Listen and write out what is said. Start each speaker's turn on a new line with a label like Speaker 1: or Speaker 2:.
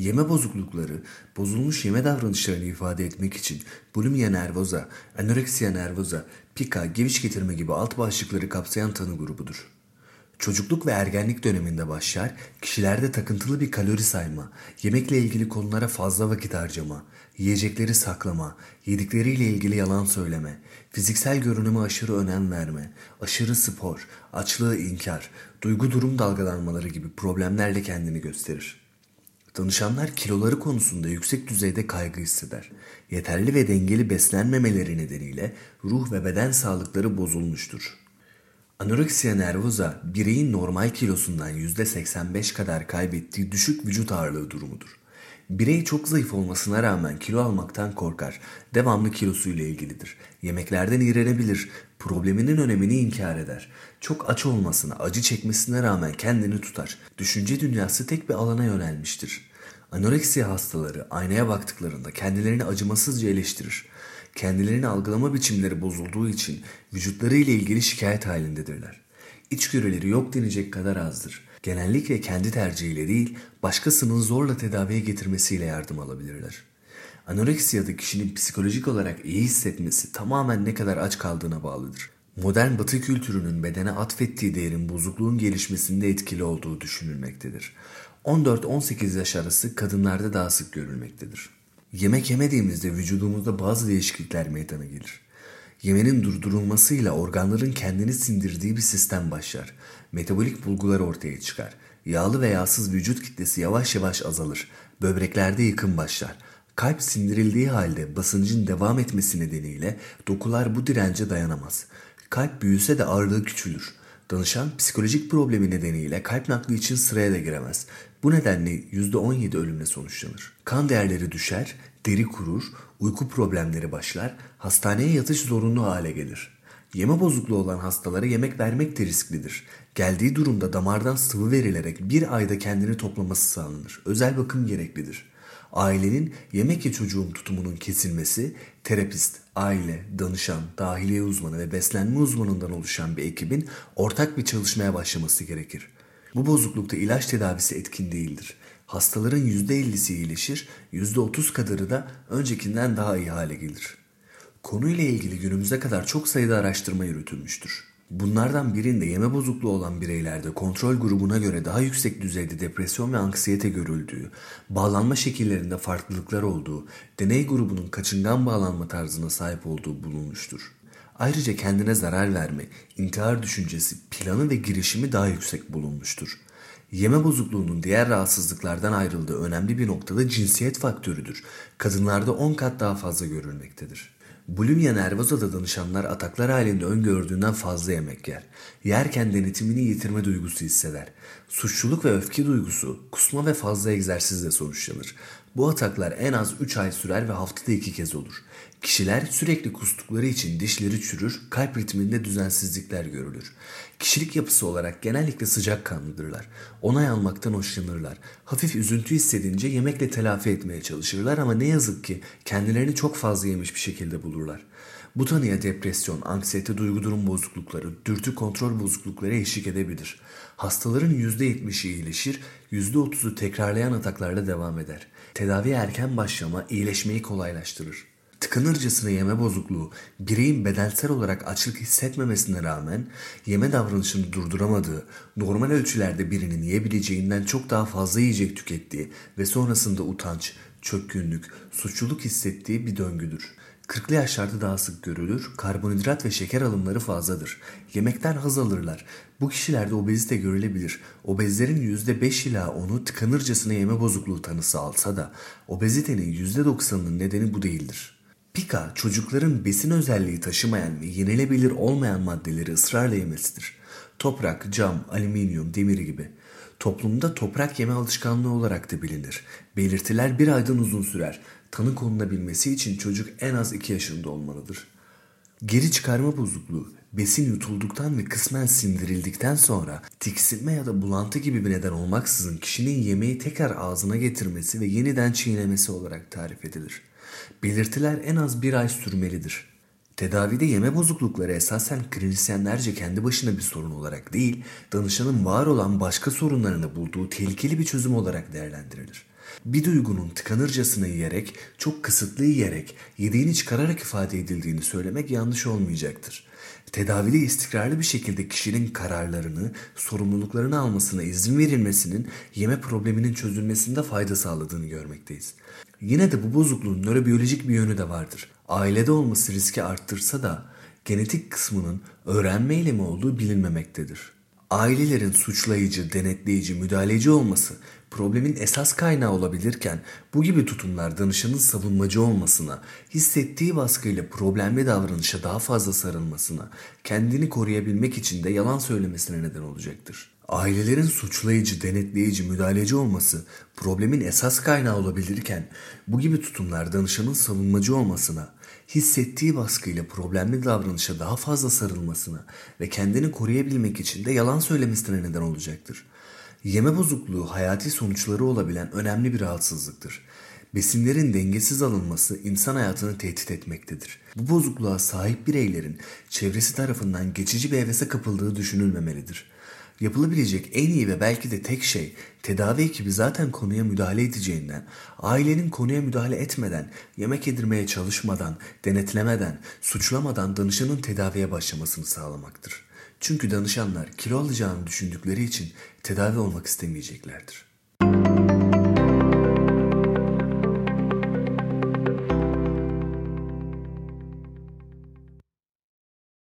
Speaker 1: Yeme bozuklukları, bozulmuş yeme davranışlarını ifade etmek için bulimia nervosa, anoreksiya nervosa, pika, geviş getirme gibi alt başlıkları kapsayan tanı grubudur. Çocukluk ve ergenlik döneminde başlar, kişilerde takıntılı bir kalori sayma, yemekle ilgili konulara fazla vakit harcama, yiyecekleri saklama, yedikleriyle ilgili yalan söyleme, fiziksel görünüme aşırı önem verme, aşırı spor, açlığı inkar, duygu durum dalgalanmaları gibi problemlerle kendini gösterir. Danışanlar kiloları konusunda yüksek düzeyde kaygı hisseder. Yeterli ve dengeli beslenmemeleri nedeniyle ruh ve beden sağlıkları bozulmuştur. Anoreksiya nervosa, bireyin normal kilosundan %85 kadar kaybettiği düşük vücut ağırlığı durumudur. Birey çok zayıf olmasına rağmen kilo almaktan korkar, devamlı kilosuyla ilgilidir. Yemeklerden iğrenebilir, probleminin önemini inkar eder. Çok aç olmasına, acı çekmesine rağmen kendini tutar. Düşünce dünyası tek bir alana yönelmiştir. Anoreksiya hastaları aynaya baktıklarında kendilerini acımasızca eleştirir. Kendilerini algılama biçimleri bozulduğu için vücutları ile ilgili şikayet halindedirler. İçgörüleri yok denecek kadar azdır. Genellikle kendi tercihiyle değil, başkasının zorla tedaviye getirmesiyle yardım alabilirler. Anoreksiyada kişinin psikolojik olarak iyi hissetmesi tamamen ne kadar aç kaldığına bağlıdır. Modern Batı kültürünün bedene atfettiği değerin bozukluğun gelişmesinde etkili olduğu düşünülmektedir. 14-18 yaş arası kadınlarda daha sık görülmektedir. Yemek yemediğimizde vücudumuzda bazı değişiklikler meydana gelir. Yemenin durdurulmasıyla organların kendini sindirdiği bir sistem başlar. Metabolik bulgular ortaya çıkar. Yağlı ve yağsız vücut kitlesi yavaş yavaş azalır. Böbreklerde yıkım başlar. Kalp sindirildiği halde basıncın devam etmesi nedeniyle dokular bu dirence dayanamaz. Kalp büyüse de ağırlığı küçülür. Danışan psikolojik problemi nedeniyle kalp nakli için sıraya da giremez. Bu nedenle %17 ölümle sonuçlanır. Kan değerleri düşer, deri kurur, uyku problemleri başlar, hastaneye yatış zorunlu hale gelir. Yeme bozukluğu olan hastalara yemek vermek de risklidir. Geldiği durumda damardan sıvı verilerek bir ayda kendini toplaması sağlanır. Özel bakım gereklidir. Ailenin yemek ye çocuğum tutumunun kesilmesi, terapist, aile, danışan, dahiliye uzmanı ve beslenme uzmanından oluşan bir ekibin ortak bir çalışmaya başlaması gerekir. Bu bozuklukta ilaç tedavisi etkin değildir. Hastaların %50'si iyileşir, %30 kadarı da öncekinden daha iyi hale gelir. Konuyla ilgili günümüze kadar çok sayıda araştırma yürütülmüştür. Bunlardan birinde yeme bozukluğu olan bireylerde kontrol grubuna göre daha yüksek düzeyde depresyon ve anksiyete görüldüğü, bağlanma şekillerinde farklılıklar olduğu, deney grubunun kaçıngan bağlanma tarzına sahip olduğu bulunmuştur. Ayrıca kendine zarar verme, intihar düşüncesi, planı ve girişimi daha yüksek bulunmuştur. Yeme bozukluğunun diğer rahatsızlıklardan ayrıldığı önemli bir noktada cinsiyet faktörüdür. Kadınlarda 10 kat daha fazla görülmektedir. Bulimia nervosa'da danışanlar ataklar halinde öngördüğünden fazla yemek yer. Yerken denetimini yitirme duygusu hisseder. Suçluluk ve öfke duygusu, kusma ve fazla egzersizle sonuçlanır. Bu ataklar en az 3 ay sürer ve haftada 2 kez olur. Kişiler sürekli kustukları için dişleri çürür, kalp ritminde düzensizlikler görülür. Kişilik yapısı olarak genellikle sıcakkanlıdırlar. Onay almaktan hoşlanırlar. Hafif üzüntü hissedince yemekle telafi etmeye çalışırlar ama ne yazık ki kendilerini çok fazla yemiş bir şekilde bulurlar. Bu tanıya depresyon, anksiyete, duygu durum bozuklukları, dürtü kontrol bozuklukları eşlik edebilir. Hastaların %70'i iyileşir, %30'u tekrarlayan ataklarla devam eder. Tedaviye erken başlama iyileşmeyi kolaylaştırır. Tıkanırcasına yeme bozukluğu, bireyin bedensel olarak açlık hissetmemesine rağmen yeme davranışını durduramadığı, normal ölçülerde birinin yiyebileceğinden çok daha fazla yiyecek tükettiği ve sonrasında utanç, çökkünlük, suçluluk hissettiği bir döngüdür. 40'lı yaşlarda daha sık görülür, karbonhidrat ve şeker alımları fazladır. Yemekten haz alırlar. Bu kişilerde obezite görülebilir. Obezlerin %5 ila 10'u tıkanırcasına yeme bozukluğu tanısı alsa da obezitenin %90'ının nedeni bu değildir. Pika, çocukların besin özelliği taşımayan ve yenilebilir olmayan maddeleri ısrarla yemesidir. Toprak, cam, alüminyum, demir gibi. Toplumda toprak yeme alışkanlığı olarak da bilinir. Belirtiler bir aydan uzun sürer. Tanı konulabilmesi için çocuk en az 2 yaşında olmalıdır. Geri çıkarma bozukluğu, besin yutulduktan ve kısmen sindirildikten sonra tiksinme ya da bulantı gibi bir neden olmaksızın kişinin yemeği tekrar ağzına getirmesi ve yeniden çiğnemesi olarak tarif edilir. Belirtiler en az 1 ay sürmelidir. Tedavide yeme bozuklukları esasen klinisyenlerce kendi başına bir sorun olarak değil, danışanın var olan başka sorunlarını bulduğu tehlikeli bir çözüm olarak değerlendirilir. Bir duygunun tıkanırcasına yiyerek, çok kısıtlı yiyerek, yediğini çıkararak ifade edildiğini söylemek yanlış olmayacaktır. Tedavide istikrarlı bir şekilde kişinin kararlarını, sorumluluklarını almasına izin verilmesinin yeme probleminin çözülmesinde fayda sağladığını görmekteyiz. Yine de bu bozukluğun nörobiyolojik bir yönü de vardır. Ailede olması riski arttırsa da genetik kısmının öğrenme eylemi olduğu bilinmemektedir. Ailelerin suçlayıcı, denetleyici, müdahaleci olması problemin esas kaynağı olabilirken bu gibi tutumlar danışanın savunmacı olmasına, hissettiği baskıyla problemli davranışa daha fazla sarılmasına, kendini koruyabilmek için de yalan söylemesine neden olacaktır. Ailelerin suçlayıcı, denetleyici, müdahaleci olması problemin esas kaynağı olabilirken bu gibi tutumlar danışanın savunmacı olmasına, hissettiği baskıyla problemli davranışa daha fazla sarılmasına ve kendini koruyabilmek için de yalan söylemesine neden olacaktır. Yeme bozukluğu hayati sonuçları olabilen önemli bir rahatsızlıktır. Besinlerin dengesiz alınması insan hayatını tehdit etmektedir. Bu bozukluğa sahip bireylerin çevresi tarafından geçici bir hevese kapıldığı düşünülmemelidir. Yapılabilecek en iyi ve belki de tek şey tedavi ekibi zaten konuya müdahale edeceğinden, ailenin konuya müdahale etmeden, yemek yedirmeye çalışmadan, denetlemeden, suçlamadan danışanın tedaviye başlamasını sağlamaktır. Çünkü danışanlar kilo alacağını düşündükleri için tedavi olmak istemeyeceklerdir.